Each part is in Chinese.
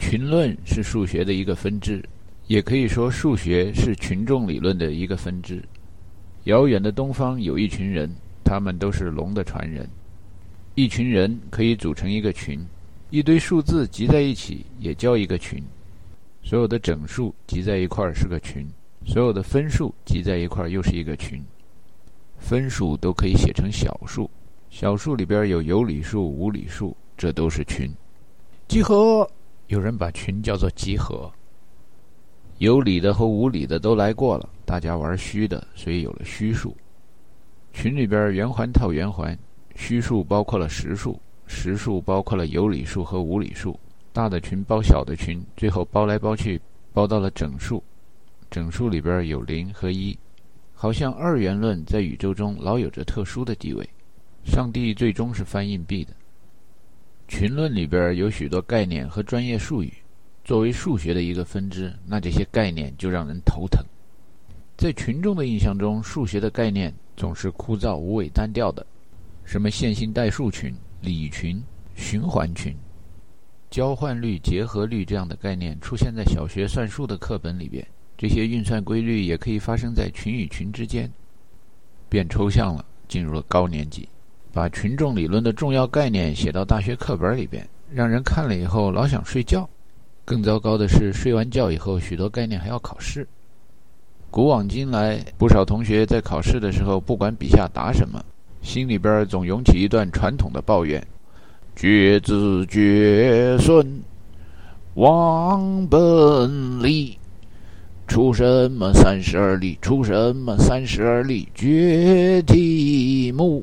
群论是数学的一个分支，也可以说数学是群众理论的一个分支。遥远的东方有一群人，他们都是龙的传人。一群人可以组成一个群，一堆数字集在一起也叫一个群。所有的整数集在一块是个群，所有的分数集在一块又是一个群。分数都可以写成小数，小数里边有有理数、无理数，这都是群。集合，有人把群叫做集合。有理的和无理的都来过了，大家玩虚的，所以有了虚数。群里边圆环套圆环，虚数包括了实数，实数包括了有理数和无理数，大的群包小的群，最后包来包去包到了整数。整数里边有0和1，好像二元论在宇宙中老有着特殊的地位，上帝最终是翻硬币的。群论里边有许多概念和专业术语，作为数学的一个分支，那这些概念就让人头疼。在群众的印象中，数学的概念总是枯燥无味单调的，什么线性代数群、理群、循环群、交换律、结合律这样的概念出现在小学算术的课本里边，这些运算规律也可以发生在群与群之间。变抽象了，进入了高年级，把群众理论的重要概念写到大学课本里边，让人看了以后老想睡觉。更糟糕的是，睡完觉以后许多概念还要考试。古往今来，不少同学在考试的时候，不管笔下答什么，心里边总涌起一段传统的抱怨：绝子绝孙忘本理，出什么32例，出什么32例，绝题目。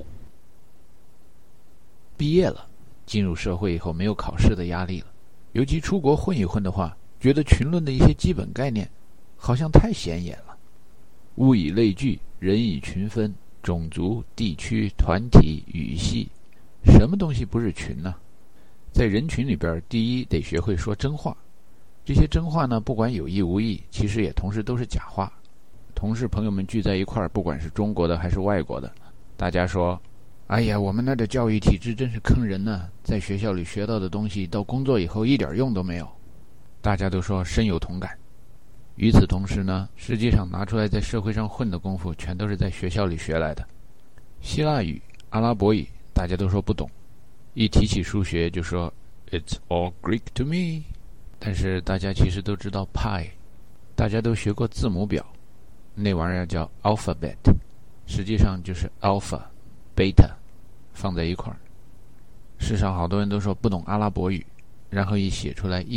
毕业了，进入社会以后没有考试的压力了，尤其出国混一混的话，觉得群论的一些基本概念好像太显眼了。物以类聚，人以群分，种族、地区、团体、语系，什么东西不是群呢？在人群里边，第一得学会说真话。这些真话呢，不管有意无意，其实也同时都是假话。同事朋友们聚在一块儿，不管是中国的还是外国的，大家说：哎呀，我们那的教育体制真是坑人呢，在学校里学到的东西到工作以后一点用都没有。大家都说深有同感。与此同时呢，实际上拿出来在社会上混的功夫全都是在学校里学来的。希腊语、阿拉伯语大家都说不懂，一提起数学就说 It's all Greek to me。 但是大家其实都知道派，大家都学过字母表，那玩意儿叫 alphabet， 实际上就是 alpha beta 放在一块儿。世上好多人都说不懂阿拉伯语，然后一写出来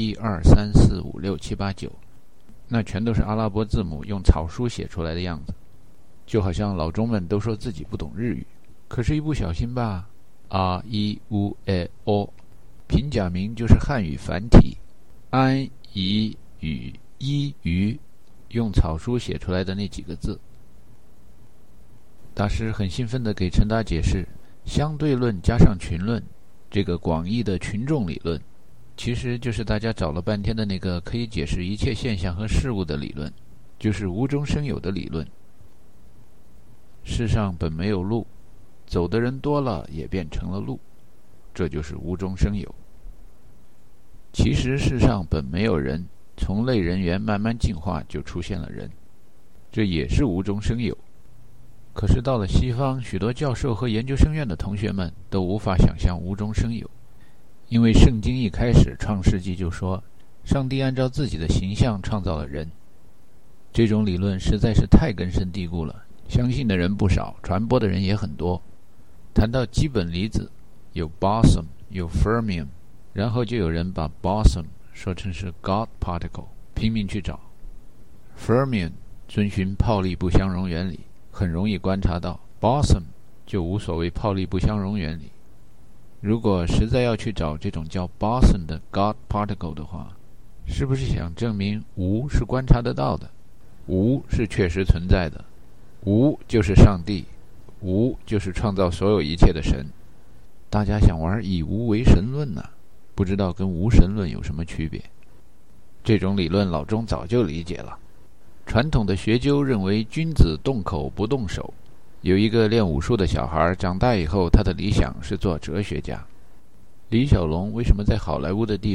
1、2、3、4、5、6、7、8、9，那全都是阿拉伯字母用草书写出来的样子。就好像老中们都说自己不懂日语，可是一不小心吧，a i u e o 平假名就是汉语繁体安以与一鱼用草书写出来的那几个字。大师很兴奋地给陈达解释，相对论加上群论，这个广义的群众理论其实就是大家找了半天的那个可以解释一切现象和事物的理论，就是无中生有的理论。世上本没有路，走的人多了也变成了路，这就是无中生有。其实世上本没有人，从类人猿慢慢进化就出现了人，这也是无中生有。可是到了西方，许多教授和研究生院的同学们都无法想象无中生有，因为圣经一开始创世纪就说上帝按照自己的形象创造了人。这种理论实在是太根深蒂固了，相信的人不少，传播的人也很多。谈到基本粒子，有 boson 有 fermion， 然后就有人把 boson 说成是 God particle， 拼命去找 fermion， 遵循泡利不相容原理，很容易观察到 boson 就无所谓泡利不相容原理。如果实在要去找这种叫 boson 的 God particle 的话，是不是想证明无是观察得到的，无是确实存在的，无就是上帝，无就是创造所有一切的神。大家想玩以无为神论呢，不知道跟无神论有什么区别。这种理论老钟早就理解了。传统的学究认为君子动口不动手，有一个练武术的小孩，长大以后他的理想是做哲学家。李小龙为什么在好莱坞的地位，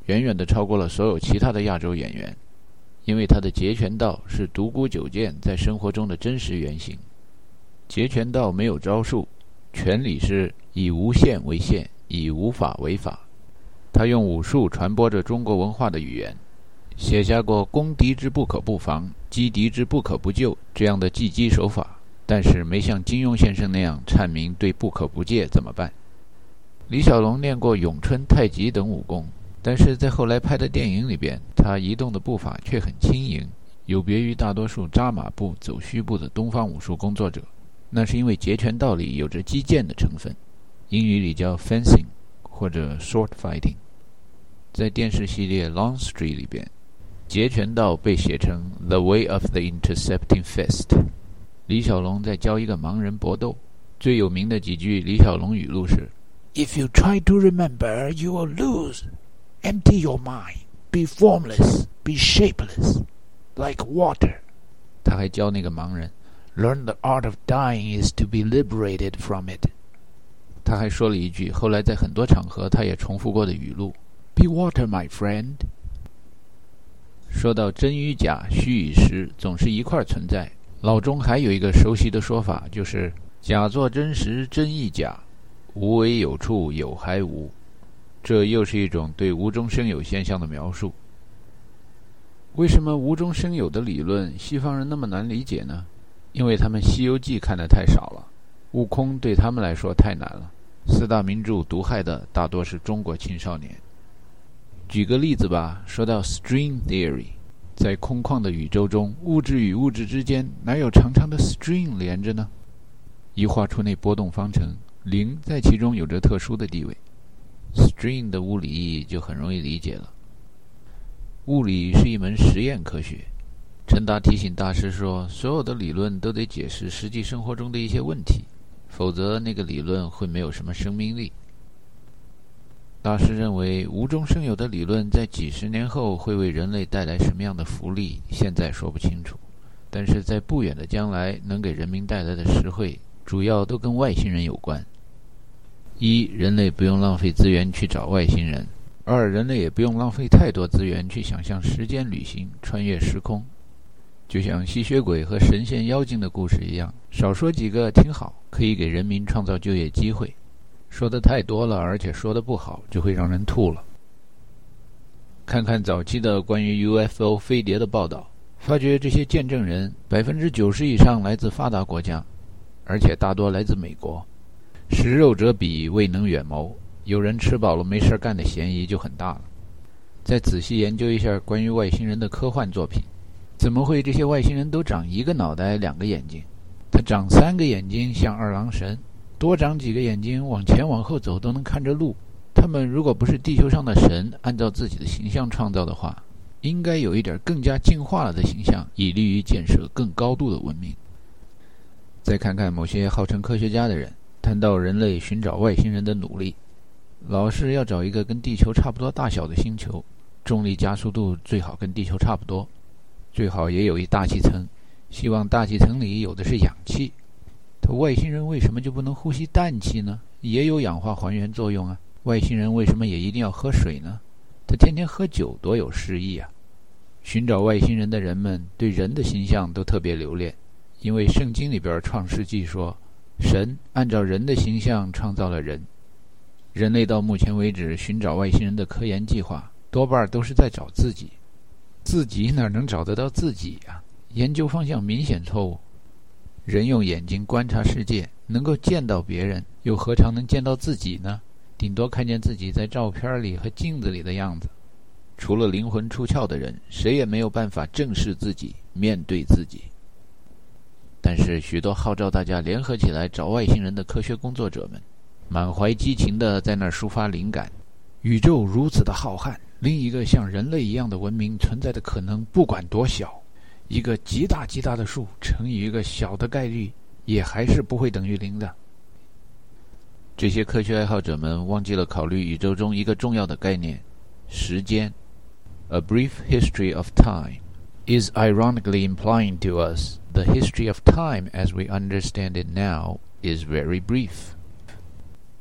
远远地超过了所有其他的亚洲演员，因为他的截拳道是独孤九剑在生活中的真实原型。截拳道没有招数，拳理是以无限为限，以无法为法。他用武术传播着中国文化的语言，写下过攻敌之不可不防，击敌之不可不救这样的技击手法，但是没像金庸先生那样阐明对不可不戒怎么办。李小龙练过咏春、太极等武功，但是在后来拍的电影里边，他移动的步伐却很轻盈，有别于大多数扎马步、走虚步的东方武术工作者。那是因为截拳道里有着击剑的成分，英语里叫 fencing 或者 sword fighting。 在电视系列 Long Street 里边，截拳道被写成 The Way of the Intercepting Fist。 李小龙在教一个盲人搏斗，最有名的几句李小龙语录是 If you try to remember, you will lose. Empty your mind. Be formless. Be shapeless. Like water. 他还教那个盲人Learn the art of dying is to be liberated from it. 他还说了一句后来在很多场合他也重复过的语录 Be water, my friend. 说到真与假、虚与实总是一块存在，老中还有一个熟悉的说法，就是假作真实，真亦假，无为有处，有还无。这又是一种对无中生有现象的描述。为什么无中生有的理论西方人那么难理解呢？因为他们《西游记》看得太少了，悟空对他们来说太难了，四大名著毒害的大多是中国青少年。举个例子吧，说到 string theory， 在空旷的宇宙中，物质与物质之间哪有长长的 string 连着呢？一画出那波动方程，零在其中有着特殊的地位。string 的物理意义就很容易理解了。物理是一门实验科学，陈达提醒大师说，所有的理论都得解释实际生活中的一些问题，否则那个理论会没有什么生命力。大师认为无中生有的理论在几十年后会为人类带来什么样的福利，现在说不清楚，但是在不远的将来能给人民带来的实惠主要都跟外星人有关。一，人类不用浪费资源去找外星人；二，人类也不用浪费太多资源去想象时间旅行、穿越时空。就像吸血鬼和神仙妖精的故事一样，少说几个挺好，可以给人民创造就业机会。说的太多了，而且说的不好，就会让人吐了。看看早期的关于 UFO 飞碟的报道，发觉这些见证人 90% 以上来自发达国家，而且大多来自美国。食肉者鄙，未能远谋，有人吃饱了没事干的嫌疑就很大了。再仔细研究一下关于外星人的科幻作品，怎么会这些外星人都长一个脑袋两个眼睛？他长3个眼睛像二郎神，多长几个眼睛往前往后走都能看着路。他们如果不是地球上的神按照自己的形象创造的话，应该有一点更加进化了的形象，以利于建设更高度的文明。再看看某些号称科学家的人谈到人类寻找外星人的努力，老是要找一个跟地球差不多大小的星球，重力加速度最好跟地球差不多，最好也有一大气层，希望大气层里有的是氧气。他外星人为什么就不能呼吸氮气呢？也有氧化还原作用啊。外星人为什么也一定要喝水呢？他天天喝酒多有诗意啊。寻找外星人的人们对人的形象都特别留恋，因为圣经里边创世纪说，神按照人的形象创造了人。人类到目前为止寻找外星人的科研计划多半都是在找自己，自己哪能找得到自己啊？研究方向明显错误。人用眼睛观察世界，能够见到别人，又何尝能见到自己呢？顶多看见自己在照片里和镜子里的样子。除了灵魂出窍的人，谁也没有办法正视自己，面对自己。但是许多号召大家联合起来找外星人的科学工作者们，满怀激情地在那儿抒发灵感。宇宙如此的浩瀚，另一个像人类一样的文明存在的可能不管多小，一个极大极大的数乘以一个小的概率，也还是不会等于0的。这些科学爱好者们忘记了考虑宇宙中一个重要的概念，时间。A brief history of time is ironically implying to us the history of time as we understand it now is very brief.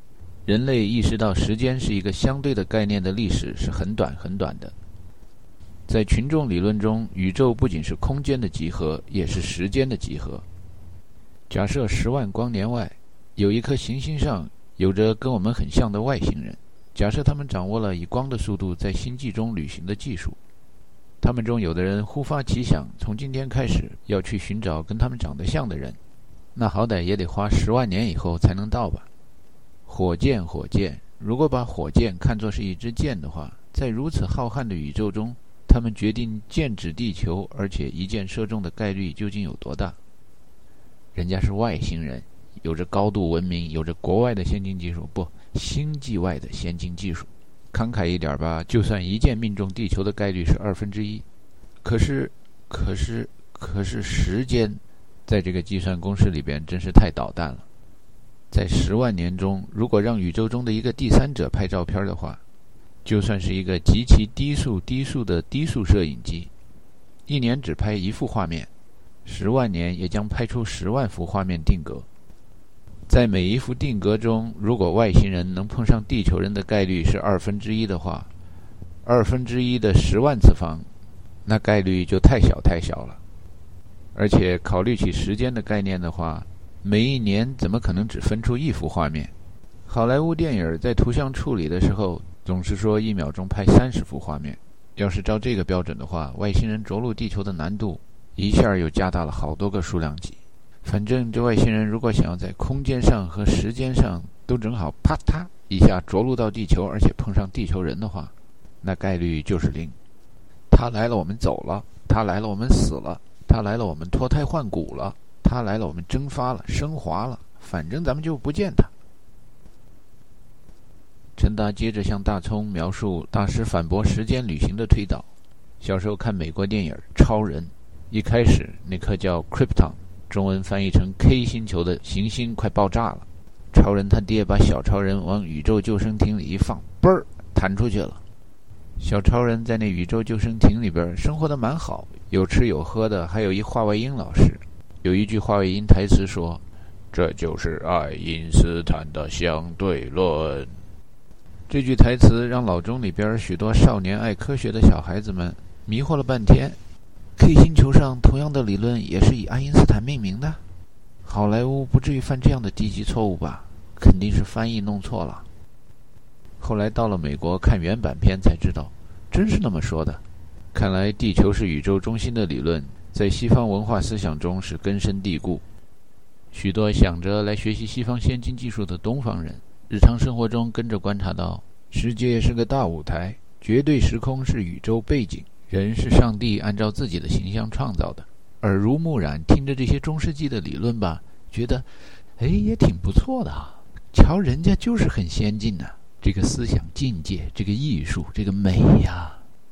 人类意识到时间是一个相对的概念的历史是很短很短的。在群众理论中，宇宙不仅是空间的集合，也是时间的集合。假设10万光年外有一颗行星上有着跟我们很像的外星人，假设他们掌握了以光的速度在星际中旅行的技术，他们中有的人忽发奇想，从今天开始要去寻找跟他们长得像的人，那好歹也得花10万年以后才能到吧。火箭，如果把火箭看作是一支箭的话，在如此浩瀚的宇宙中，他们决定剑指地球，而且一箭射中的概率究竟有多大？人家是外星人，有着高度文明，有着国外的先进技术，不，星际外的先进技术。慷慨一点吧，就算一箭命中地球的概率是1/2。可是时间在这个计算公式里边真是太捣蛋了。在10万年中，如果让宇宙中的一个第三者拍照片的话，就算是一个极其低速的低速摄影机，1年只拍1幅画面，10万年也将拍出10万幅画面定格。在每一幅定格中，如果外星人能碰上地球人的概率是1/2的话，1/2的10万次方，那概率就太小了。而且考虑起时间的概念的话，每一年怎么可能只分出1幅画面？好莱坞电影在图像处理的时候总是说1秒钟拍30幅画面，要是照这个标准的话，外星人着陆地球的难度一下又加大了好多个数量级。反正这外星人如果想要在空间上和时间上都正好啪嗒一下着陆到地球，而且碰上地球人的话，那概率就是0。他来了我们走了，他来了我们死了，他来了我们脱胎换骨了，他来了我们蒸发了升华了，反正咱们就不见他。陈达接着向大葱描述大师反驳时间旅行的推导。小时候看美国电影《超人》，一开始那颗叫 Krypton， 中文翻译成 K 星球的行星快爆炸了，超人他爹把小超人往宇宙救生艇里一放，嘣儿弹出去了。小超人在那宇宙救生艇里边生活得蛮好，有吃有喝的，还有一话外音老师。有一句话外音台词说：“这就是爱因斯坦的相对论。”这句台词让脑中里边许多少年爱科学的小孩子们迷惑了半天。K 星球上同样的理论也是以爱因斯坦命名的？好莱坞不至于犯这样的低级错误吧？肯定是翻译弄错了。后来到了美国看原版片才知道，真是那么说的。看来地球是宇宙中心的理论在西方文化思想中是根深蒂固。许多想着来学习西方先进技术的东方人，日常生活中跟着观察到，世界是个大舞台，绝对时空是宇宙背景，人是上帝按照自己的形象创造的。耳濡目染，听着这些中世纪的理论吧，觉得也挺不错的啊。瞧人家就是很先进啊，这个思想境界，这个艺术，这个美呀。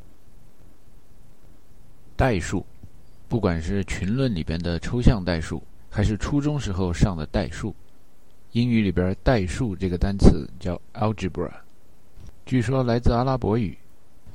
代数，不管是群论里边的抽象代数，还是初中时候上的代数，英语里边代数这个单词叫 algebra， 据说来自阿拉伯语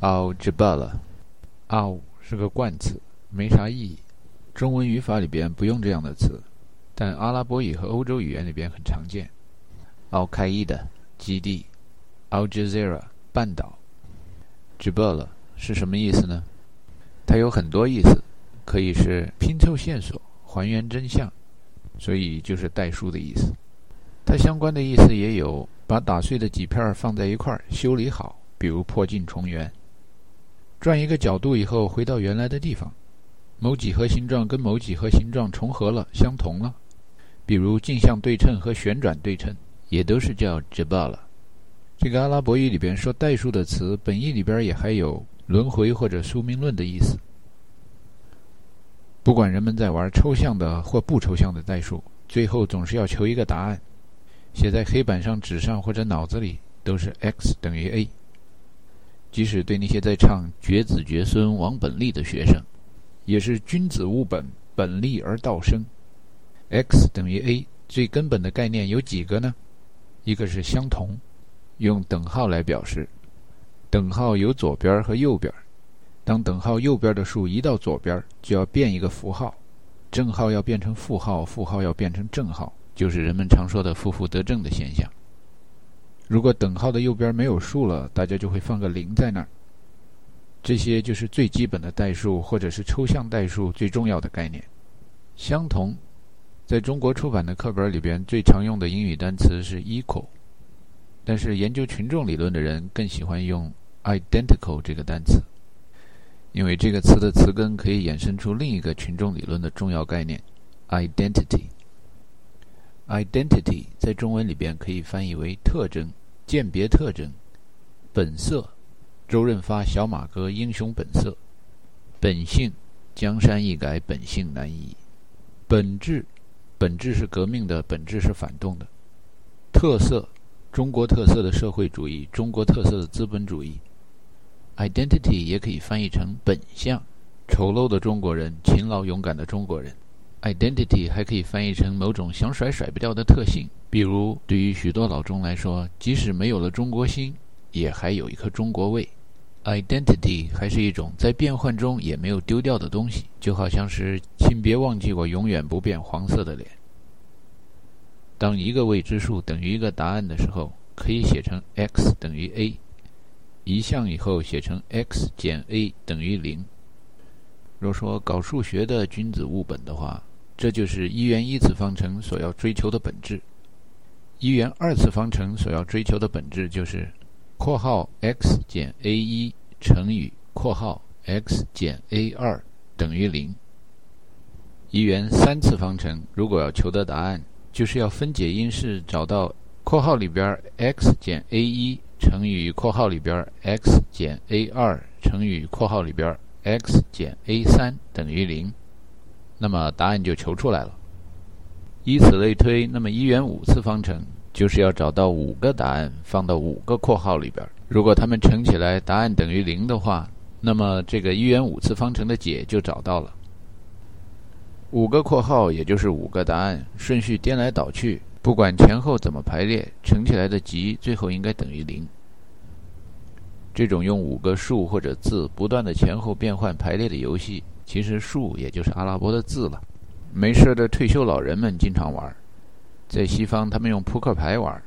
algebra， 是个冠词，没啥意义，中文语法里边不用这样的词，但阿拉伯语和欧洲语言里边很常见。Al-Qaeda 基地， Al Jazeera 半岛。 Jabala 是什么意思呢？它有很多意思，可以是拼凑线索，还原真相，所以就是代数的意思。它相关的意思也有把打碎的几片放在一块修理好，比如破镜重圆。转一个角度以后回到原来的地方，某几何形状跟某几何形状重合了，相同了，比如镜像对称和旋转对称，也都是叫 Jabala。 这个阿拉伯语里边说代数的词，本意里边也还有轮回或者宿命论的意思。不管人们在玩抽象的或不抽象的代数，最后总是要求一个答案，写在黑板上、纸上或者脑子里，都是 x 等于 a。 即使对那些在唱绝子绝孙王本利的学生，也是君子务本，本立而道生。 x 等于 a 最根本的概念有几个呢？一个是相同，用等号来表示，等号有左边和右边，当等号右边的数移到左边，就要变一个符号，正号要变成负号，负号要变成正号，就是人们常说的负负得正的现象。 如果等号的右边没有数了，大家就会放个0在那儿。这些就是最基本的代数或者是抽象代数最重要的概念。相同，在中国出版的课本里边最常用的英语单词是 equal， 但是研究群众理论的人更喜欢用 identical 这个单词，因为这个词的词根可以衍生出另一个群众理论的重要概念 identity。 在中文里边可以翻译为特征、鉴别特征、本色，周润发小马哥英雄本色，本性，江山易改，本性难移。本质，本质是革命的，本质是反动的。特色，中国特色的社会主义，中国特色的资本主义。Identity 也可以翻译成本相，丑陋的中国人，勤劳勇敢的中国人。Identity 还可以翻译成某种想甩不掉的特性，比如对于许多老中来说，即使没有了中国心，也还有一颗中国胃。Identity 还是一种在变换中也没有丢掉的东西，就好像是请别忘记我永远不变黄色的脸。当一个未知数等于一个答案的时候，可以写成 x 等于 a， 移项以后写成 x 减 a 等于0。若说搞数学的君子务本的话，这就是一元一次方程所要追求的本质。一元二次方程所要追求的本质就是括号 x 减 a1 乘以括号 x 减 a2 等于0。一元三次方程如果要求得答案，就是要分解因式找到括号里边 x 减 a1 乘以括号里边 x 减 a2 乘以括号里边 x 减 a3 等于0，那么答案就求出来了。以此类推，那么一元五次方程就是要找到5个答案放到5个括号里边，如果它们乘起来答案等于0的话，那么这个一元五次方程的解就找到了。5个括号也就是5个答案，顺序颠来倒去，不管前后怎么排列，乘起来的集最后应该等于0。这种用5个数或者字不断的前后变换排列的游戏，其实数也就是阿拉伯的字了。没事的退休老人们经常玩，在西方他们用扑克牌玩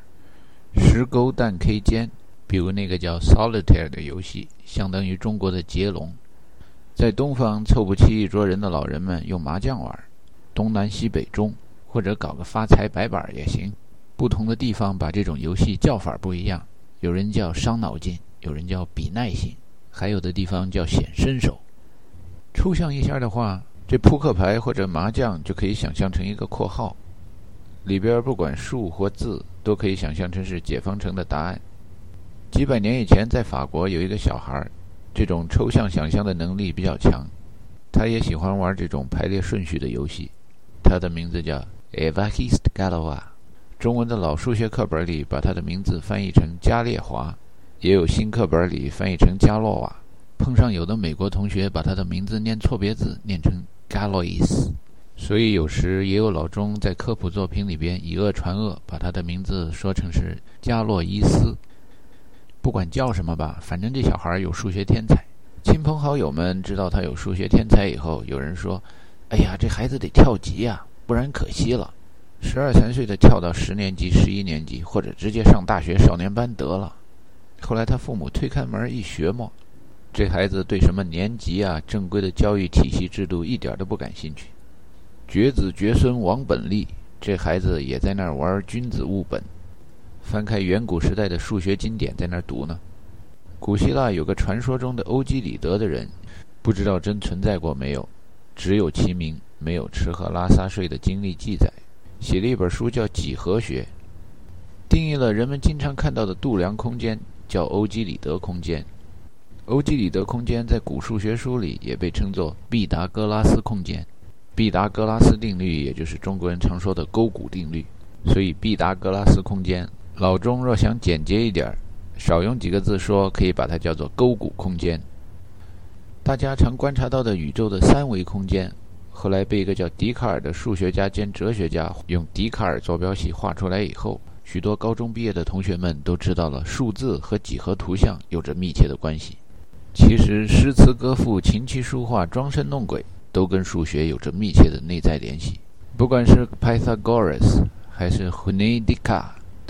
10勾蛋 K 尖，比如那个叫 Solitaire 的游戏，相当于中国的接龙。在东方凑不齐一桌人的老人们用麻将玩，东南西北中，或者搞个发财白板也行。不同的地方把这种游戏叫法不一样，有人叫伤脑筋，有人叫比耐性，还有的地方叫显身手。抽象一下的话，这扑克牌或者麻将就可以想象成一个括号，里边不管数或字都可以想象成是解方程的答案。几百年以前在法国有一个小孩，这种抽象想象的能力比较强，他也喜欢玩这种排列顺序的游戏。他的名字叫 Évariste Galois， 中文的老数学课本里把他的名字翻译成加列华，也有新课本里翻译成加洛瓦。碰上有的美国同学把他的名字念错别字，念成 Galois， 所以有时也有老中在科普作品里边以讹传讹，把他的名字说成是加洛伊斯。不管叫什么吧，反正这小孩有数学天才。亲朋好友们知道他有数学天才以后，有人说，哎呀，这孩子得跳级啊，不然可惜了，12、13岁的跳到10年级、11年级，或者直接上大学少年班得了。后来他父母推开门一学摸，这孩子对什么年级啊、正规的教育体系制度一点都不感兴趣。绝子绝孙王本利，这孩子也在那儿玩君子务本，翻开远古时代的数学经典在那儿读呢。古希腊有个传说中的欧几里得的人，不知道真存在过没有，只有其名，没有吃喝拉撒睡的经历记载，写了一本书叫《几何学》，定义了人们经常看到的度量空间，叫欧几里得空间。欧几里得空间在古数学书里也被称作毕达哥拉斯空间，毕达哥拉斯定律也就是中国人常说的勾股定律，所以毕达哥拉斯空间，老中若想简洁一点，少用几个字说，可以把它叫做勾股空间。大家常观察到的宇宙的3维空间，后来被一个叫笛卡尔的数学家兼哲学家用笛卡尔坐标系画出来以后，许多高中毕业的同学们都知道了数字和几何图像有着密切的关系。其实诗词歌赋、琴棋书画、装神弄鬼都跟数学有着密切的内在联系。不管是 Pythagoras 还是 Huneydika，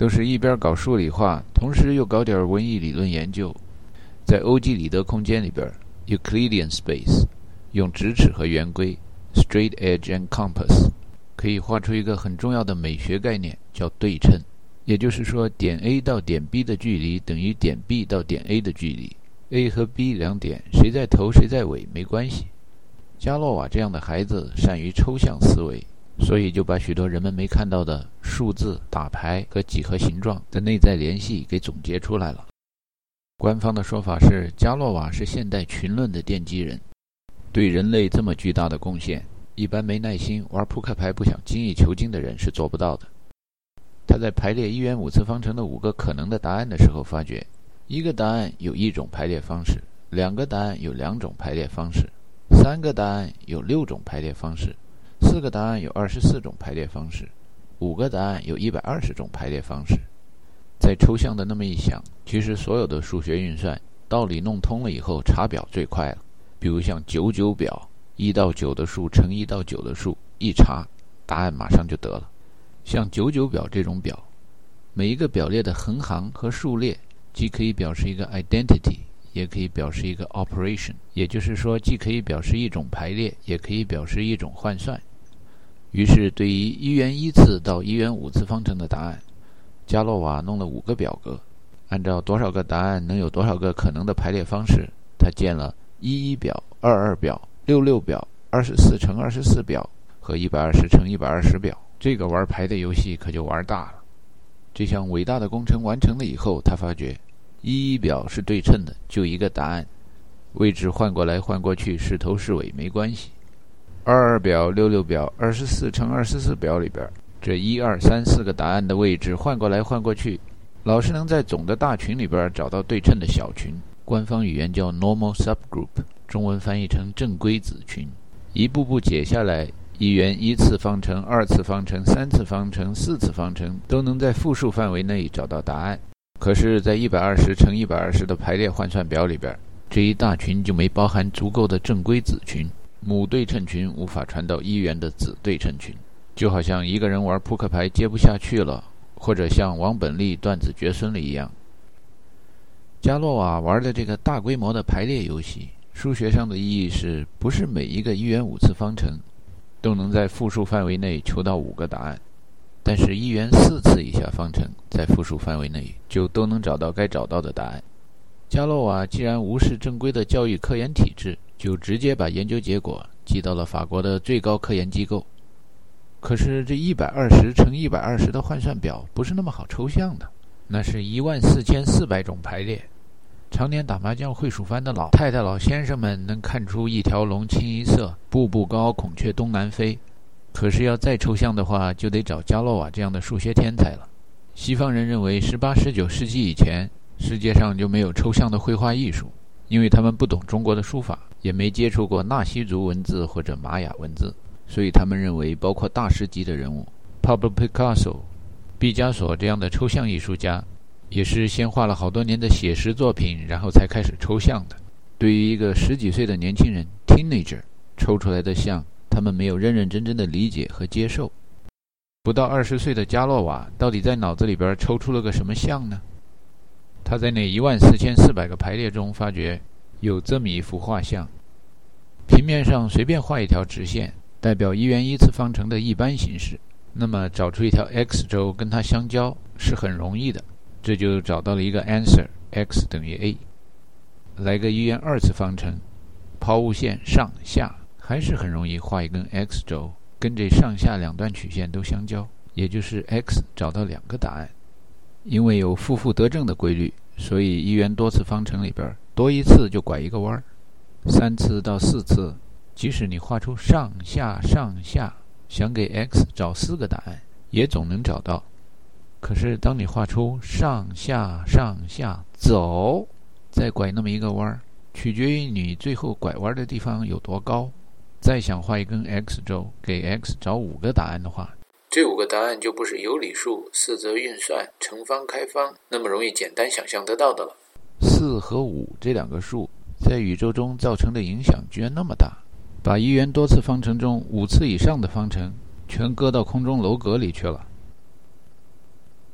都是一边搞数理化，同时又搞点文艺理论研究。在欧几里得空间里边 Euclidean Space 用直尺和圆规 Straight Edge and Compass 可以画出一个很重要的美学概念，叫对称。也就是说，点 A 到点 B 的距离等于点 B 到点 A 的距离， A 和 B 两点谁在头谁在尾没关系。加洛瓦这样的孩子善于抽象思维，所以就把许多人们没看到的数字、打牌和几何形状的内在联系给总结出来了。官方的说法是，加洛瓦是现代群论的奠基人，对人类这么巨大的贡献，一般没耐心玩扑克牌不想精益求精的人是做不到的。他在排列一元五次方程的5个可能的答案的时候发觉，一个答案有1种排列方式，2个答案有2种排列方式，3个答案有6种排列方式，4个答案有24种排列方式，5个答案有120种排列方式。再抽象的那么一想，其实所有的数学运算道理弄通了以后，查表最快了。比如像99表，1到9的数乘1到9的数，一查答案马上就得了。像99表这种表，每一个表列的横行和竖列既可以表示一个 identity， 也可以表示一个 operation， 也就是说既可以表示一种排列，也可以表示一种换算。于是对于1元1次到1元5次方程的答案，加洛瓦弄了5个表格，按照多少个答案能有多少个可能的排列方式，他建了11表、22表、66表、24乘24表和120乘120表。这个玩牌的游戏可就玩大了。这项伟大的工程完成了以后，他发觉11表是对称的，就一个答案，位置换过来换过去是头是尾没关系。22表、66表、24乘24表里边，这1、2、3、4个答案的位置换过来换过去，老是能在总的大群里边找到对称的小群，官方语言叫 normal subgroup， 中文翻译成正规子群。一步步解下来，1元1次方程、2次方程、3次方程、4次方程都能在复数范围内找到答案。可是在120乘120的排列换算表里边，这一大群就没包含足够的正规子群，母对称群无法传到1元的子对称群。就好像一个人玩扑克牌接不下去了，或者像王本利断子绝孙了一样。加洛瓦玩的这个大规模的排列游戏，数学上的意义是不是每一个1元5次方程都能在复数范围内求到5个答案，但是1元4次以下方程在复数范围内就都能找到该找到的答案。加洛瓦既然无视正规的教育科研体制，就直接把研究结果寄到了法国的最高科研机构。可是这120乘120的换算表不是那么好抽象的，那是14400种排列。常年打麻将会数番的老太太老先生们能看出一条龙清一色，步步高，孔雀东南飞。可是要再抽象的话，就得找加洛瓦这样的数学天才了。西方人认为18、19世纪以前世界上就没有抽象的绘画艺术，因为他们不懂中国的书法，也没接触过纳西族文字或者玛雅文字，所以他们认为包括大师级的人物 Pablo Picasso、 毕加索这样的抽象艺术家也是先画了好多年的写实作品，然后才开始抽象的。对于一个10几岁的年轻人 teenager 抽出来的像，他们没有认认真真的理解和接受。不到20岁的加洛瓦到底在脑子里边抽出了个什么像呢？他在那14400个排列中发觉有这么一幅画像，平面上随便画一条直线，代表1元1次方程的一般形式，那么找出一条 x 轴跟它相交是很容易的，这就找到了一个 answer， x 等于 a。 来个1元2次方程，抛物线上下还是很容易画一根 x 轴跟这上下两段曲线都相交，也就是 x 找到2个答案。因为有负负得正的规律，所以1元多次方程里边多一次就拐一个弯，3次到4次，即使你画出上下上下，想给 x 找4个答案也总能找到。可是当你画出上下上下走，再拐那么一个弯，取决于你最后拐弯的地方有多高。再想画一根 x 轴给 x 找5个答案的话，这5个答案就不是有理数、四则运算、乘方开方那么容易简单想象得到的了。4和5这2个数在宇宙中造成的影响居然那么大，把1元多次方程中5次以上的方程全搁到空中楼阁里去了。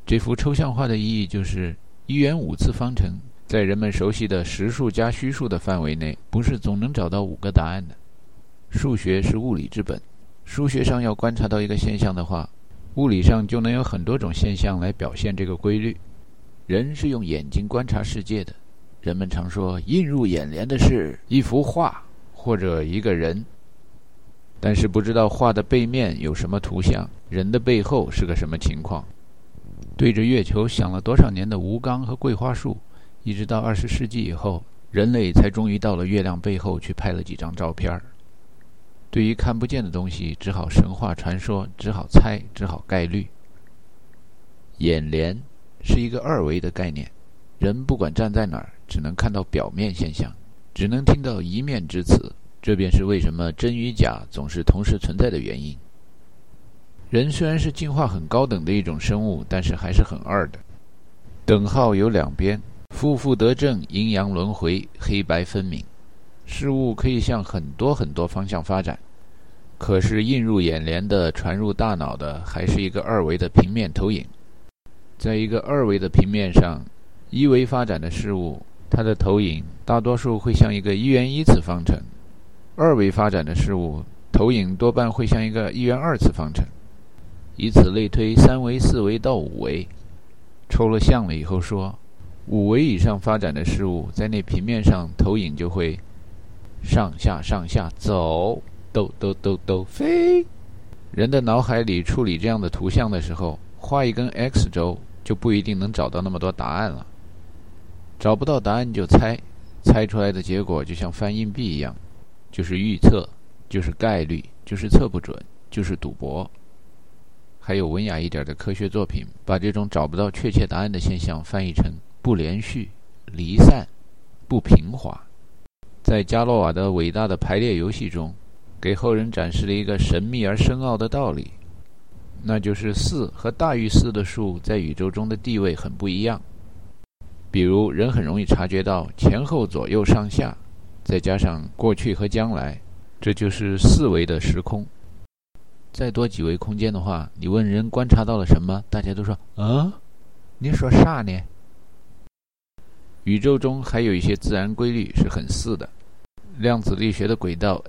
这幅抽象画的意义就是1元5次方程在人们熟悉的实数加虚数的范围内，不是总能找到5个答案的。数学是物理之本，数学上要观察到一个现象的话，物理上就能有很多种现象来表现这个规律。人是用眼睛观察世界的，人们常说映入眼帘的是一幅画或者一个人，但是不知道画的背面有什么图像，人的背后是个什么情况。对着月球想了多少年的吴刚和桂花树，一直到20世纪以后，人类才终于到了月亮背后去拍了几张照片。对于看不见的东西，只好神话传说，只好猜，只好概率。眼帘是一个2维的概念，人不管站在哪儿，只能看到表面现象，只能听到一面之词，这便是为什么真与假总是同时存在的原因。人虽然是进化很高等的一种生物，但是还是很二的。等号有2边，负负得正，阴阳轮回，黑白分明。事物可以向很多很多方向发展，可是映入眼帘的、传入大脑的，还是一个2维的平面投影。在一个2维的平面上，1维发展的事物，它的投影大多数会像一个1元1次方程；2维发展的事物，投影多半会像一个1元2次方程。以此类推，3维、4维到5维。抽了象了以后说，5维以上发展的事物，在那平面上投影就会上下上下走，抖抖抖抖飞。人的脑海里处理这样的图像的时候，画一根 X 轴就不一定能找到那么多答案了。找不到答案就猜，猜出来的结果就像翻硬币一样，就是预测，就是概率，就是测不准，就是赌博。还有文雅一点的科学作品，把这种找不到确切答案的现象翻译成不连续、离散、不平滑。在加洛瓦的伟大的排列游戏中，给后人展示了一个神秘而深奥的道理，那就是4和大于4的数在宇宙中的地位很不一样。比如人很容易察觉到前后左右上下，再加上过去和将来，这就是4维的时空。再多几维空间的话，你问人观察到了什么，大家都说你说啥呢？宇宙中还有一些自然规律是很似的，量子力学的轨道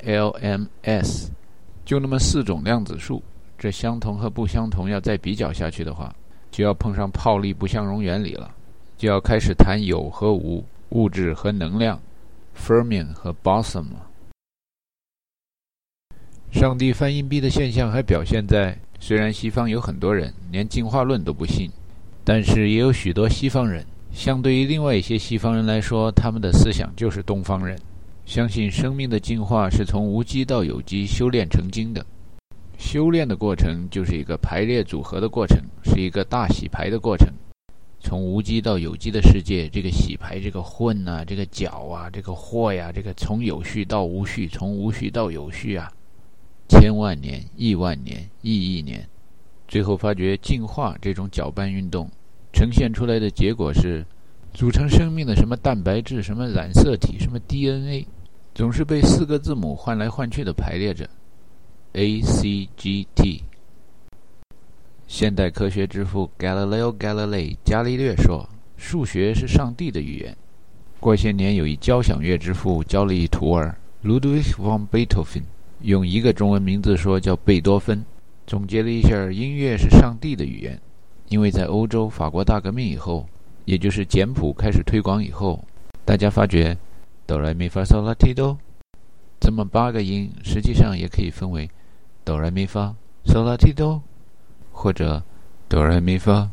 NLMS 就那么4种量子数，这相同和不相同要再比较下去的话，就要碰上泡利不相容原理了，就要开始谈有和无，物质和能量， Fermion 和 Boson 了。上帝翻硬币的现象还表现在，虽然西方有很多人连进化论都不信，但是也有许多西方人，相对于另外一些西方人来说，他们的思想就是东方人，相信生命的进化是从无机到有机修炼成精的。修炼的过程就是一个排列组合的过程，是一个大洗牌的过程。从无机到有机的世界，这个洗牌，这个混啊，这个搅啊，这个和呀，这个从有序到无序，从无序到有序啊，千万年、亿万年、亿亿年，最后发觉进化这种搅拌运动呈现出来的结果是，组成生命的什么蛋白质、什么染色体、什么 DNA， 总是被4个字母换来换去的排列着 ACGT。 现代科学之父 Galileo Galilei 伽利略说，数学是上帝的语言。过些年有一交响乐之父教了一徒儿 Ludwig von Beethoven，用1个中文名字说叫贝多芬，总结了一下音乐是上帝的语言。因为在欧洲法国大革命以后，也就是简谱开始推广以后，大家发觉哆来咪发嗦拉提哆这么8个音实际上也可以分为哆来咪发嗦拉提哆，或者哆来咪发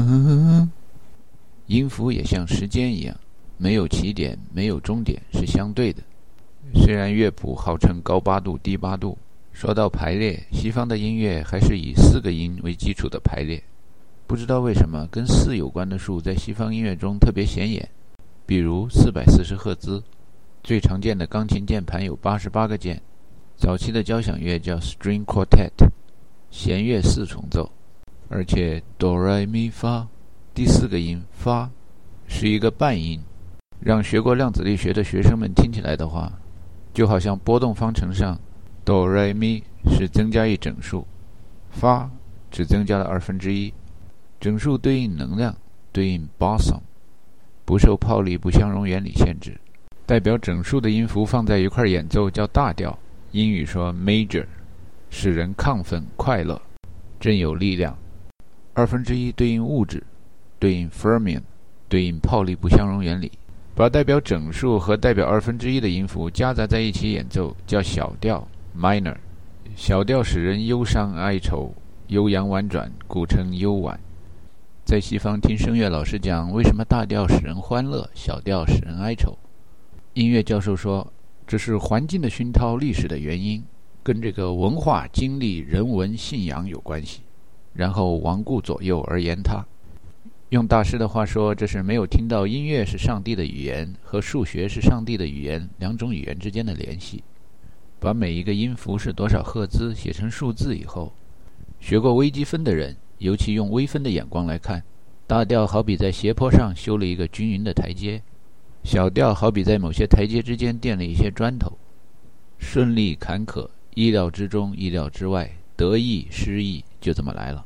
音符也像时间一样，没有起点，没有终点，是相对的。虽然乐谱号称高8度低8度，说到排列，西方的音乐还是以4个音为基础的排列。不知道为什么跟4有关的数在西方音乐中特别显眼，比如440赫兹，最常见的钢琴键盘有88个键，早期的交响乐叫 String Quartet， 弦乐4重奏，而且哆来咪发第4个音发是一个半音，让学过量子力学的学生们听起来的话，就好像波动方程上哆来咪是增加一整数，发只增加了1/2， 整数对应能量，对应 boson， 不受泡利不相容原理限制。代表整数的音符放在一块演奏叫大调，英语说 major， 使人亢奋快乐，真有力量。1/2对应物质，对应 fermion， 对应泡利不相容原理。把代表整数和代表1/2的音符夹杂在一起演奏叫小调 minor， 小调使人忧伤哀愁，悠扬婉转，故称幽婉。在西方听声乐老师讲为什么大调使人欢乐，小调使人哀愁，音乐教授说这是环境的熏陶，历史的原因，跟这个文化经历人文信仰有关系，然后罔顾左右而言他。用大师的话说，这是没有听到音乐是上帝的语言和数学是上帝的语言两种语言之间的联系。把每一个音符是多少赫兹写成数字以后，学过微积分的人尤其用微分的眼光来看，大调好比在斜坡上修了一个均匀的台阶，小调好比在某些台阶之间垫了一些砖头，顺利坎坷，意料之中意料之外，得意失意，就这么来了。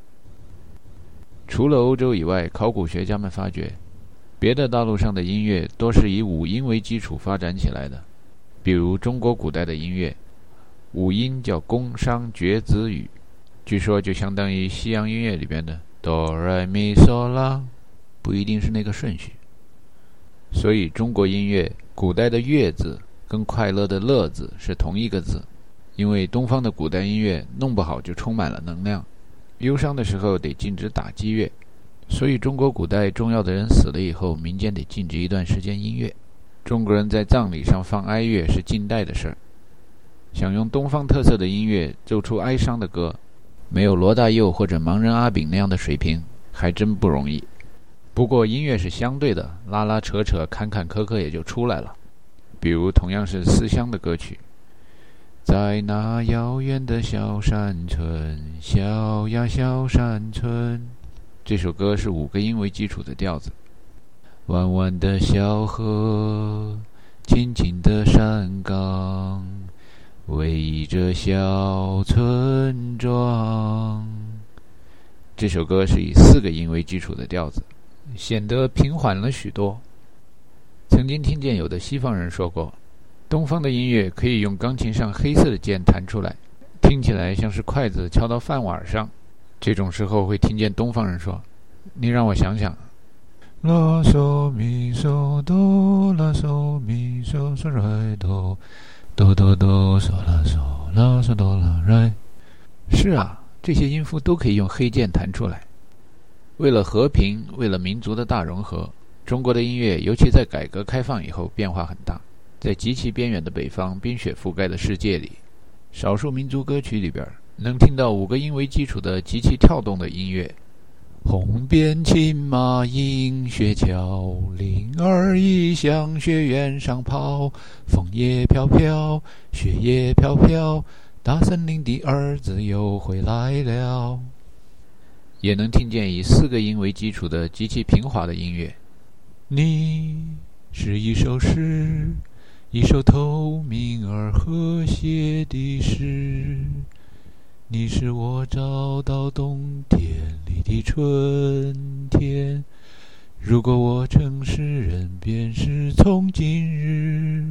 除了欧洲以外，考古学家们发觉别的大陆上的音乐多是以五音为基础发展起来的。比如中国古代的音乐，五音叫宫商角徵羽，据说就相当于西洋音乐里边的哆来咪嗦拉，不一定是那个顺序。所以中国音乐古代的乐字跟快乐的乐字是同一个字，因为东方的古代音乐弄不好就充满了能量，忧伤的时候得禁止打击乐，所以中国古代重要的人死了以后，民间得禁止一段时间音乐。中国人在葬礼上放哀乐是近代的事儿，想用东方特色的音乐奏出哀伤的歌，没有罗大佑或者盲人阿炳那样的水平，还真不容易。不过音乐是相对的，拉拉扯扯坎坎坷坷也就出来了。比如同样是思乡的歌曲，在那遥远的小山村，小呀小山村，这首歌是5个音为基础的调子。弯弯的小河，青青的山岗，围着小村庄。这首歌是以4个音为基础的调子，显得平缓了许多。曾经听见有的西方人说过，东方的音乐可以用钢琴上黑色的键弹出来，听起来像是筷子敲到饭碗上。这种时候会听见东方人说，你让我想想，拉嗦咪嗦哆，拉嗦咪嗦嗦来哆，哆哆哆嗦拉嗦，拉嗦哆拉来。是啊，这些音符都可以用黑键弹出来。为了和平，为了民族的大融合，中国的音乐尤其在改革开放以后变化很大。在极其边远的北方，冰雪覆盖的世界里，少数民族歌曲里边能听到5个音为基础的极其跳动的音乐。红遍青马饮雪橇，铃儿已向学院上跑，风也飘飘，雪也飘飘，大森林的儿子又回来了。也能听见以4个音为基础的极其平滑的音乐。你是一首诗，一首透明而和谐的诗，你是我找到冬天里的春天，如果我成诗人，便是从今日。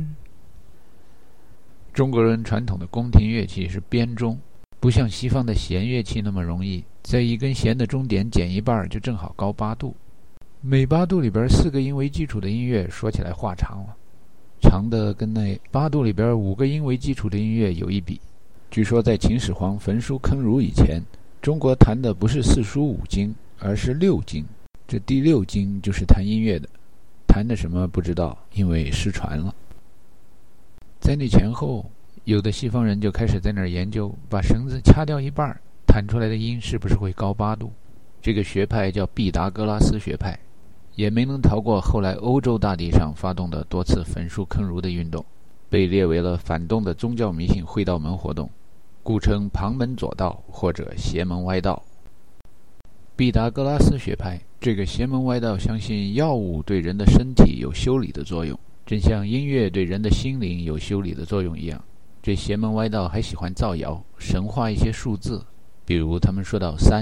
中国人传统的宫廷乐器是编钟，不像西方的弦乐器那么容易，在一根弦的钟点减一半就正好高8度。每8度里边4个音为基础的音乐，说起来话长了，长的跟那8度里边5个音为基础的音乐有一比。据说在秦始皇焚书坑儒以前，中国弹的不是4书5经，而是6经。这第6经就是弹音乐的，弹的什么不知道，因为失传了。在那前后，有的西方人就开始在那儿研究，把绳子掐掉一半，弹出来的音是不是会高8度。这个学派叫毕达哥拉斯学派，也没能逃过后来欧洲大地上发动的多次焚书坑儒的运动，被列为了反动的宗教迷信会道门活动，故称旁门左道或者邪门歪道。毕达哥拉斯学派这个邪门歪道相信药物对人的身体有修理的作用，正像音乐对人的心灵有修理的作用一样。这邪门歪道还喜欢造谣，神化一些数字，比如他们说到3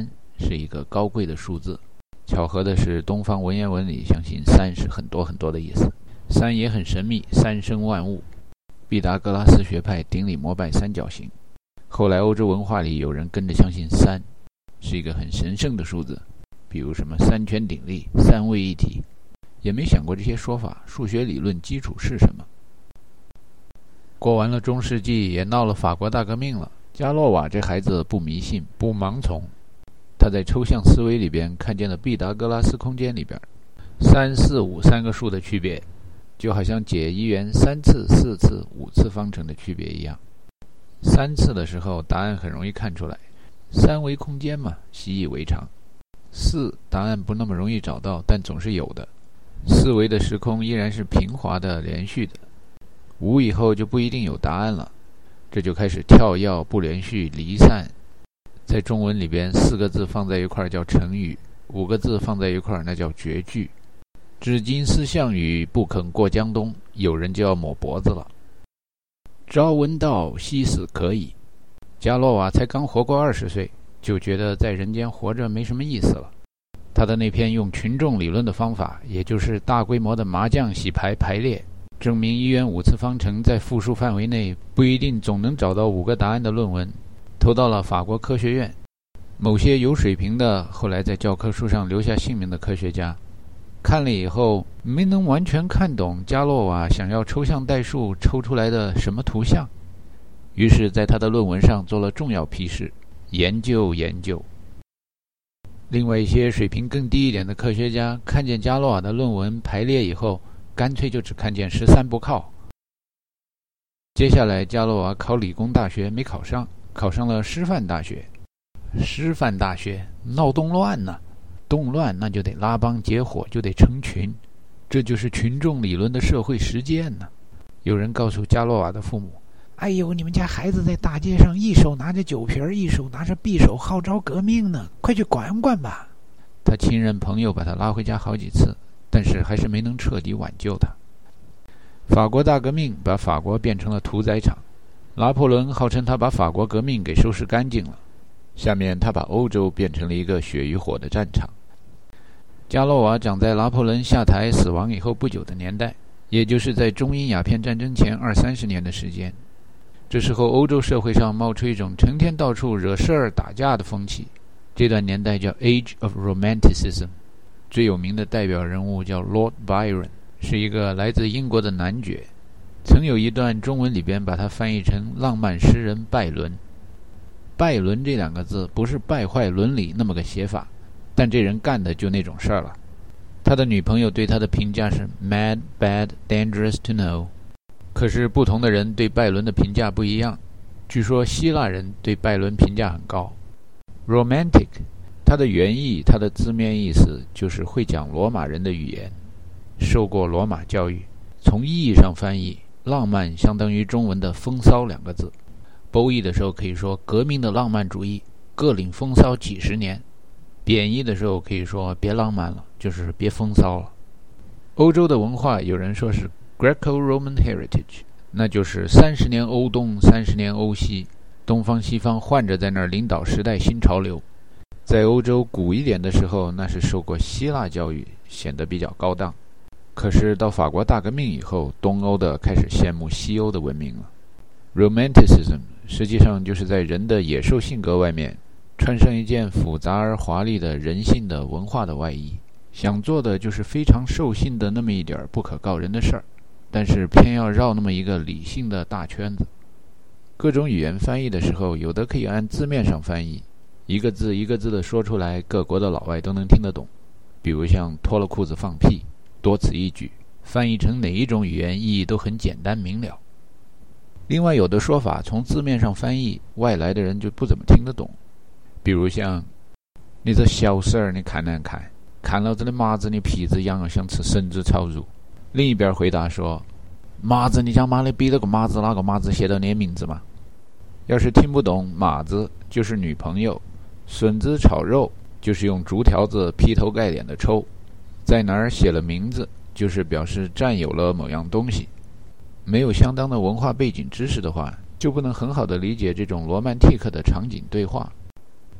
是一个高贵的数字。巧合的是，东方文言文里相信三是很多很多的意思，三也很神秘，三生万物。毕达哥拉斯学派顶礼膜拜三角形，后来欧洲文化里有人跟着相信三是一个很神圣的数字，比如什么三权鼎立、三位一体，也没想过这些说法数学理论基础是什么。过完了中世纪，也闹了法国大革命了。加洛瓦这孩子不迷信，不盲从，他在抽象思维里边看见了毕达哥拉斯空间里边3、4、5三个数的区别，就好像解1元3次、4次、5次方程的区别一样。3次的时候答案很容易看出来，三维空间嘛，习以为常。4答案不那么容易找到，但总是有的。4维的时空依然是平滑的、连续的。5以后就不一定有答案了，这就开始跳跃、不连续、离散。在中文里边，4个字放在一块叫成语，5个字放在一块那叫绝句。至今思项羽，不肯过江东，有人就要抹脖子了。朝闻道，夕死可矣。加洛瓦才刚活过20岁，就觉得在人间活着没什么意思了。他的那篇用群众理论的方法，也就是大规模的麻将洗牌排列，证明1元5次方程在复数范围内不一定总能找到5个答案的论文，投到了法国科学院。某些有水平的后来在教科书上留下姓名的科学家看了以后，没能完全看懂加洛瓦想要抽象代数抽出来的什么图像，于是在他的论文上做了重要批示，研究。另外一些水平更低一点的科学家看见加洛瓦的论文排列以后，干脆就只看见13不靠。接下来加洛瓦考理工大学没考上，考上了师范大学。师范大学闹动乱呢，动乱那就得拉帮结伙，就得成群，这就是群众理论的社会实践呢。有人告诉加洛瓦的父母，哎呦，你们家孩子在大街上一手拿着酒瓶，一手拿着匕首，号召革命呢，快去管管吧。他亲人朋友把他拉回家好几次，但是还是没能彻底挽救他。法国大革命把法国变成了屠宰场，拿破仑号称他把法国革命给收拾干净了，下面他把欧洲变成了一个血与火的战场。加洛瓦长在拿破仑下台死亡以后不久的年代，也就是在中英鸦片战争前20-30年的时间。这时候欧洲社会上冒出一种成天到处惹事儿打架的风气，这段年代叫 Age of Romanticism。 最有名的代表人物叫 Lord Byron， 是一个来自英国的男爵，曾有一段中文里边把它翻译成浪漫诗人拜伦。拜伦这2个字不是败坏伦理那么个写法，但这人干的就那种事儿了。他的女朋友对他的评价是 mad, bad, dangerous to know。 可是不同的人对拜伦的评价不一样。据说希腊人对拜伦评价很高。 Romantic 它的原意，它的字面意思就是会讲罗马人的语言，受过罗马教育。从意义上翻译，浪漫相当于中文的风骚2个字。褒义的时候可以说革命的浪漫主义，各领风骚几十年。贬义的时候可以说别浪漫了，就是别风骚了。欧洲的文化有人说是 Greco-Roman Heritage， 那就是30年欧东30年欧西，东方西方换着在那儿领导时代新潮流。在欧洲古一点的时候，那是受过希腊教育，显得比较高档。可是到法国大革命以后，东欧的开始羡慕西欧的文明了。 Romanticism 实际上就是在人的野兽性格外面穿上一件复杂而华丽的人性的文化的外衣，想做的就是非常兽性的那么一点不可告人的事儿，但是偏要绕那么一个理性的大圈子。各种语言翻译的时候，有的可以按字面上翻译，一个字一个字的说出来，各国的老外都能听得懂。比如像脱了裤子放屁，多此一举，翻译成哪一种语言意义都很简单明了。另外有的说法从字面上翻译，外来的人就不怎么听得懂。比如像你这小事儿你看难看，看老子的麻子你皮子痒了想吃绳子炒肉。另一边回答说，麻子你讲妈的比了个麻子，哪个麻子写到你的名字吗？要是听不懂，马子就是女朋友，笋子炒肉就是用竹条子劈头盖脸的抽，在哪儿写了名字就是表示占有了某样东西。没有相当的文化背景知识的话，就不能很好的理解这种罗曼蒂克的场景对话。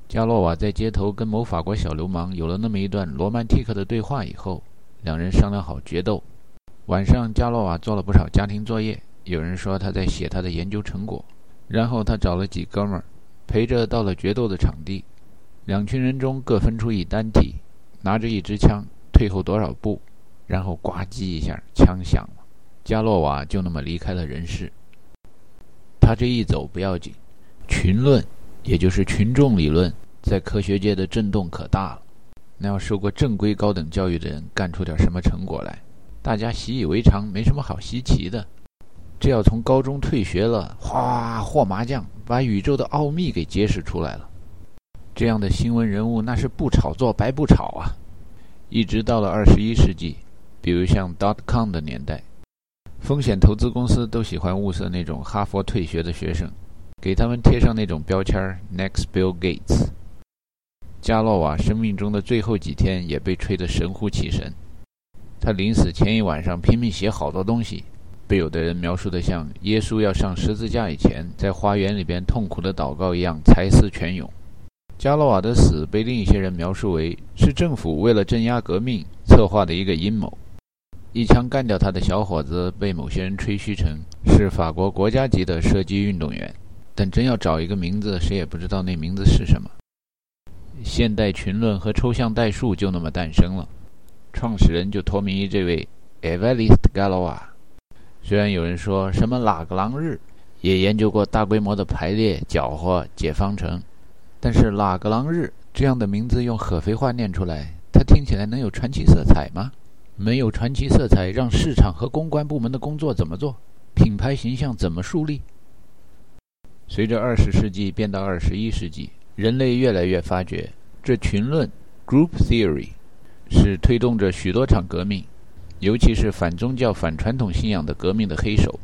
加洛瓦在街头跟某法国小流氓有了那么一段罗曼蒂克的对话以后，两人商量好决斗。晚上加洛瓦做了不少家庭作业，有人说他在写他的研究成果，然后他找了几哥们儿陪着到了决斗的场地。两群人中各分出一单体，拿着一支枪，退后多少步，然后呱唧一下枪响了，加洛瓦就那么离开了人世。他这一走不要紧，群论也就是群众理论在科学界的震动可大了。那要受过正规高等教育的人干出点什么成果来，大家习以为常，没什么好稀奇的。这要从高中退学了，哗和麻将把宇宙的奥秘给揭示出来了，这样的新闻人物那是不炒作白不炒啊。一直到了21世纪，比如像 .com 的年代，风险投资公司都喜欢物色那种哈佛退学的学生，给他们贴上那种标签 Next Bill Gates。 加洛瓦生命中的最后几天也被吹得神乎其神，他临死前一晚上拼命写好多东西，被有的人描述得像耶稣要上十字架以前在花园里边痛苦的祷告一样才思泉涌。加洛瓦的死被另一些人描述为是政府为了镇压革命策划的一个阴谋，一枪干掉他的小伙子被某些人吹嘘成是法国国家级的射击运动员，但真要找一个名字，谁也不知道那名字是什么。现代群论和抽象代数就那么诞生了，创始人就托名于这位 Évariste Galois。 虽然有人说什么拉格朗日也研究过大规模的排列、搅和、解方程，但是拉格朗日这样的名字用合肥话念出来，它听起来能有传奇色彩吗？没有传奇色彩，让市场和公关部门的工作怎么做？品牌形象怎么树立？随着20世纪变到21世纪，人类越来越发觉，这群论 Group Theory 是推动着许多场革命，尤其是反宗教、反传统信仰的革命的黑手。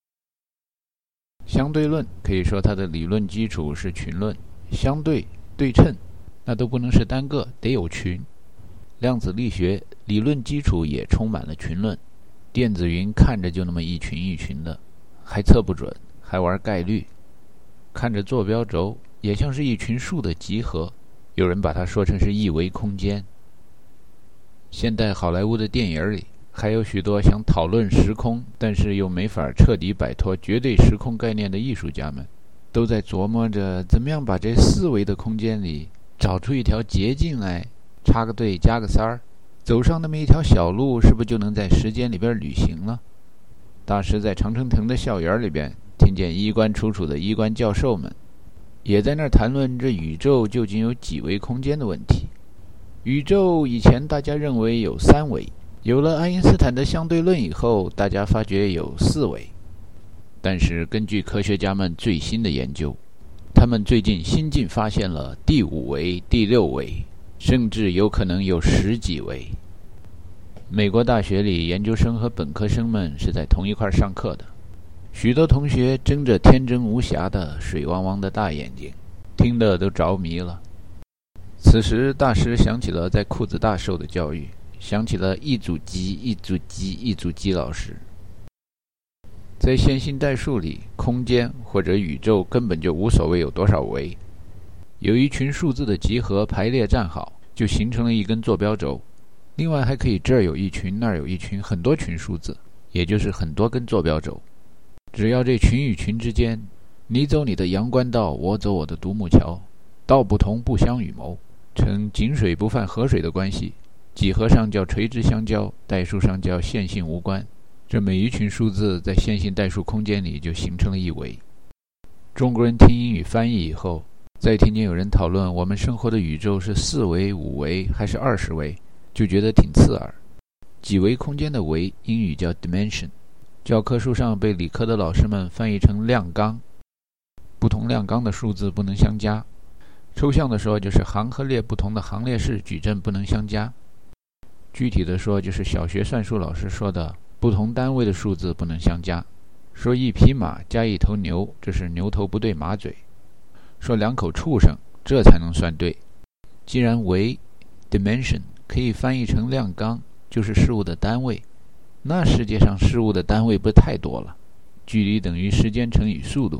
相对论可以说它的理论基础是群论，相对、对称那都不能是单个，得有群。量子力学理论基础也充满了群论，电子云看着就那么一群一群的，还测不准，还玩概率，看着坐标轴也像是一群数的集合，有人把它说成是一维空间。现代好莱坞的电影里还有许多想讨论时空，但是又没法彻底摆脱绝对时空概念的艺术家们，都在琢磨着怎么样把这4维的空间里找出一条捷径来，插个队加个塞儿，走上那么一条小路，是不是就能在时间里边旅行了？大师在常春藤的校园里边听见衣冠楚楚的衣冠教授们也在那儿谈论这宇宙究竟有几维空间的问题。宇宙以前大家认为有3维，有了爱因斯坦的相对论以后，大家发觉有4维。但是根据科学家们最新的研究，他们最近新近发现了第5维、第6维，甚至有可能有10几维。美国大学里研究生和本科生们是在同一块上课的，许多同学睁着天真无瑕的水汪汪的大眼睛，听得都着迷了。此时大师想起了在裤子大受的教育，想起了一组鸡一组鸡一组鸡老师。在线性代数里，空间或者宇宙根本就无所谓有多少维，有一群数字的集合排列站好，就形成了一根坐标轴。另外还可以这儿有一群那儿有一群，很多群数字，也就是很多根坐标轴。只要这群与群之间，你走你的阳关道，我走我的独木桥，道不同不相与谋，呈井水不犯河水的关系。几何上叫垂直相交，代数上叫线性无关。这每一群数字在线性代数空间里就形成了一维。中国人听英语翻译以后，再听见有人讨论我们生活的宇宙是4维、5维还是20维，就觉得挺刺耳。几维空间的维，英语叫 dimension， 教科书上被理科的老师们翻译成量纲，不同量纲的数字不能相加。抽象的说就是行和列不同的行列式矩阵不能相加，具体的说就是小学算术老师说的不同单位的数字不能相加。说一匹马加一头牛，这是牛头不对马嘴。说2口畜生，这才能算对。既然维 dimension 可以翻译成量纲，就是事物的单位，那世界上事物的单位不太多了。距离等于时间乘以速度，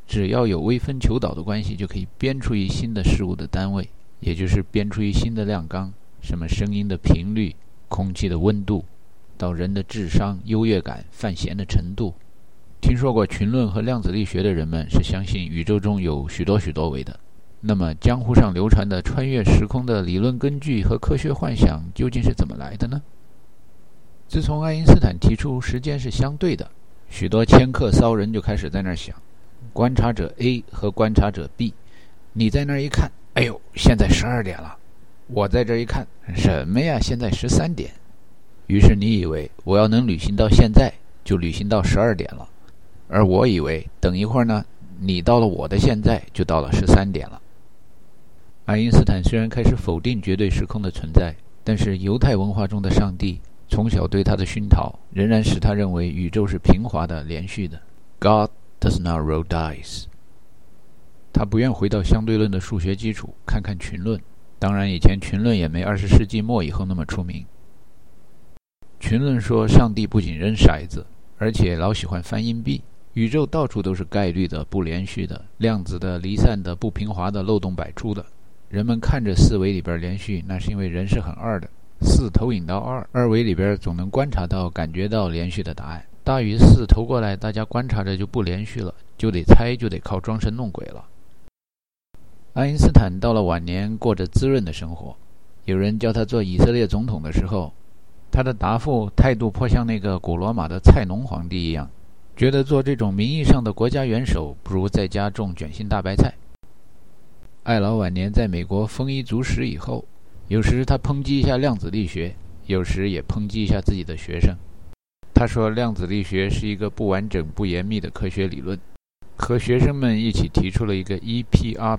只要有微分求导的关系，就可以编出一新的事物的单位，也就是编出一新的量纲，什么声音的频率、空气的温度，到人的智商、优越感、犯闲的程度。听说过群论和量子力学的人们是相信宇宙中有许多维的。那么江湖上流传的穿越时空的理论根据和科学幻想究竟是怎么来的呢？自从爱因斯坦提出时间是相对的，许多掮客骚人就开始在那儿想，观察者 A 和观察者 B， 你在那儿一看，哎呦，现在12点了，我在这儿一看，什么呀，现在13点。于是你以为我要能旅行到现在，就旅行到12点了，而我以为等一会儿呢，你到了我的现在，就到了13点了。爱因斯坦虽然开始否定绝对时空的存在，但是犹太文化中的上帝从小对他的熏陶，仍然使他认为宇宙是平滑的、连续的。God does not roll dice。他不愿回到相对论的数学基础，看看群论。当然，以前群论也没20世纪末以后那么出名。群论说，上帝不仅扔骰子，而且老喜欢翻硬币。宇宙到处都是概率的、不连续的、量子的、离散的、不平滑的、漏洞百出的。人们看着4维里边连续，那是因为人是很二的，4投影到2维里边总能观察到、感觉到连续的答案。大于4投过来，大家观察着就不连续了，就得猜，就得靠装神弄鬼了。爱因斯坦到了晚年过着滋润的生活，有人叫他做以色列总统的时候，他的答复态度颇像那个古罗马的菜农皇帝一样，觉得做这种名义上的国家元首不如在家种卷心大白菜。爱劳晚年在美国丰衣足食以后，有时他抨击一下量子力学，有时也抨击一下自己的学生。他说量子力学是一个不完整不严密的科学理论，和学生们一起提出了一个 EPR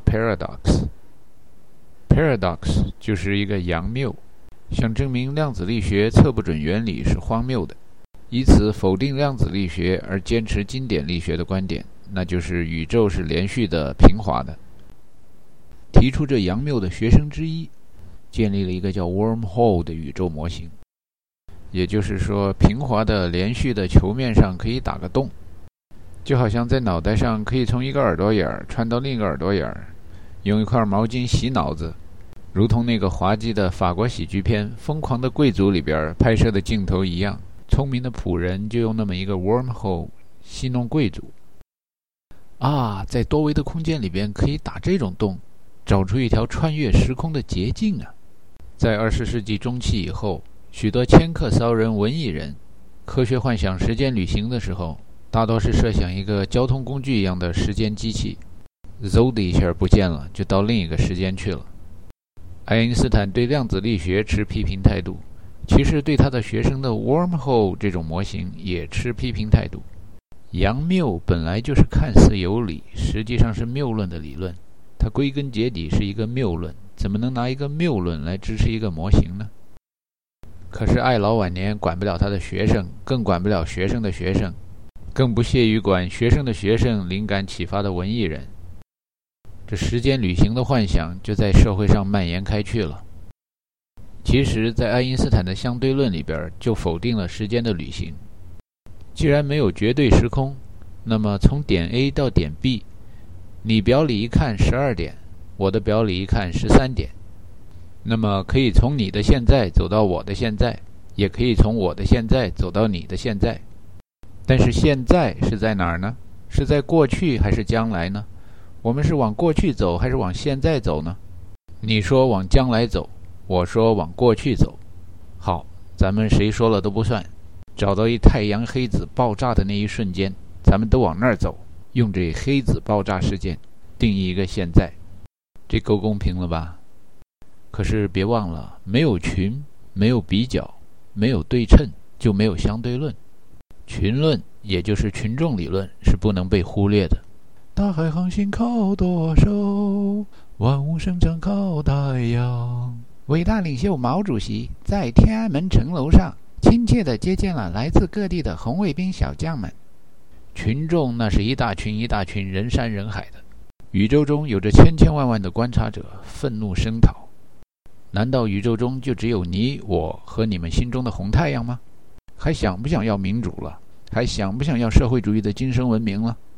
paradox。paradox 就是一个佯谬，想证明量子力学测不准原理是荒谬的，以此否定量子力学而坚持经典力学的观点，那就是宇宙是连续的、平滑的。提出这佯谬的学生之一建立了一个叫 wormhole 的宇宙模型，也就是说，平滑的、连续的球面上可以打个洞，就好像在脑袋上可以从一个耳朵眼穿到另一个耳朵眼，用一块毛巾洗脑子，如同那个滑稽的法国喜剧片《疯狂的贵族》里边拍摄的镜头一样。聪明的仆人就用那么一个 wormhole 戏弄贵族啊，在多维的空间里边可以打这种洞，找出一条穿越时空的捷径啊！在20世纪中期以后，许多掮客骚人、文艺人科学幻想时间旅行的时候，大多是设想一个交通工具一样的时间机器，嗖的一下不见了，就到另一个时间去了。爱因斯坦对量子力学持批评态度，其实对他的学生的 wormhole 这种模型也持批评态度。佯谬本来就是看似有理，实际上是谬论的理论，它归根结底是一个谬论，怎么能拿一个谬论来支持一个模型呢？可是爱劳晚年管不了他的学生，更管不了学生的学生，更不屑于管学生的学生灵感启发的文艺人。这时间旅行的幻想就在社会上蔓延开去了。其实在爱因斯坦的相对论里边就否定了时间的旅行。既然没有绝对时空，那么从点 A 到点 B， 你表里一看12点，我的表里一看13点，那么可以从你的现在走到我的现在，也可以从我的现在走到你的现在。但是现在是在哪儿呢？是在过去还是将来呢？我们是往过去走还是往现在走呢？你说往将来走，我说往过去走。好，咱们谁说了都不算，找到一太阳黑子爆炸的那一瞬间，咱们都往那儿走，用这黑子爆炸事件定义一个现在，这够公平了吧？可是别忘了，没有群，没有比较，没有对称，就没有相对论。群论也就是群众理论是不能被忽略的。大海航行靠舵手，万物生长靠太阳。伟大领袖毛主席在天安门城楼上亲切地接见了来自各地的红卫兵小将们。群众那是一大群一大群，人山人海的。宇宙中有着千千万万的观察者，愤怒声讨。难道宇宙中就只有你我和你们心中的红太阳吗？还想不想要民主了？还想不想要社会主义的精神文明了？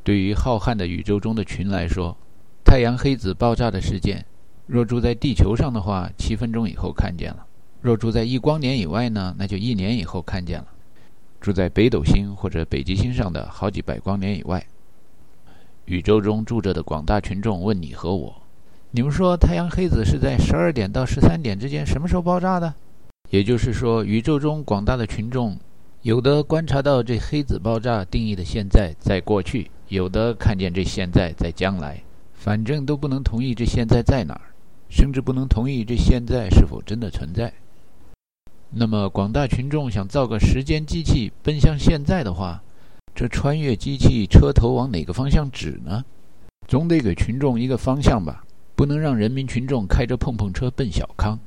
对于浩瀚的宇宙中的群来说，太阳黑子爆炸的事件，若住在地球上的话，7分钟以后看见了；若住在1光年以外呢，那就1年以后看见了；住在北斗星或者北极星上的好几百光年以外。宇宙中住着的广大群众问你和我，你们说太阳黑子是在12点到13点之间什么时候爆炸的？也就是说，宇宙中广大的群众，有的观察到这黑子爆炸定义的现在在过去，有的看见这现在在将来，反正都不能同意这现在在哪儿，甚至不能同意这现在是否真的存在。那么广大群众想造个时间机器奔向现在的话，这穿越机器车头往哪个方向指呢？总得给群众一个方向吧，不能让人民群众开着碰碰车奔小康。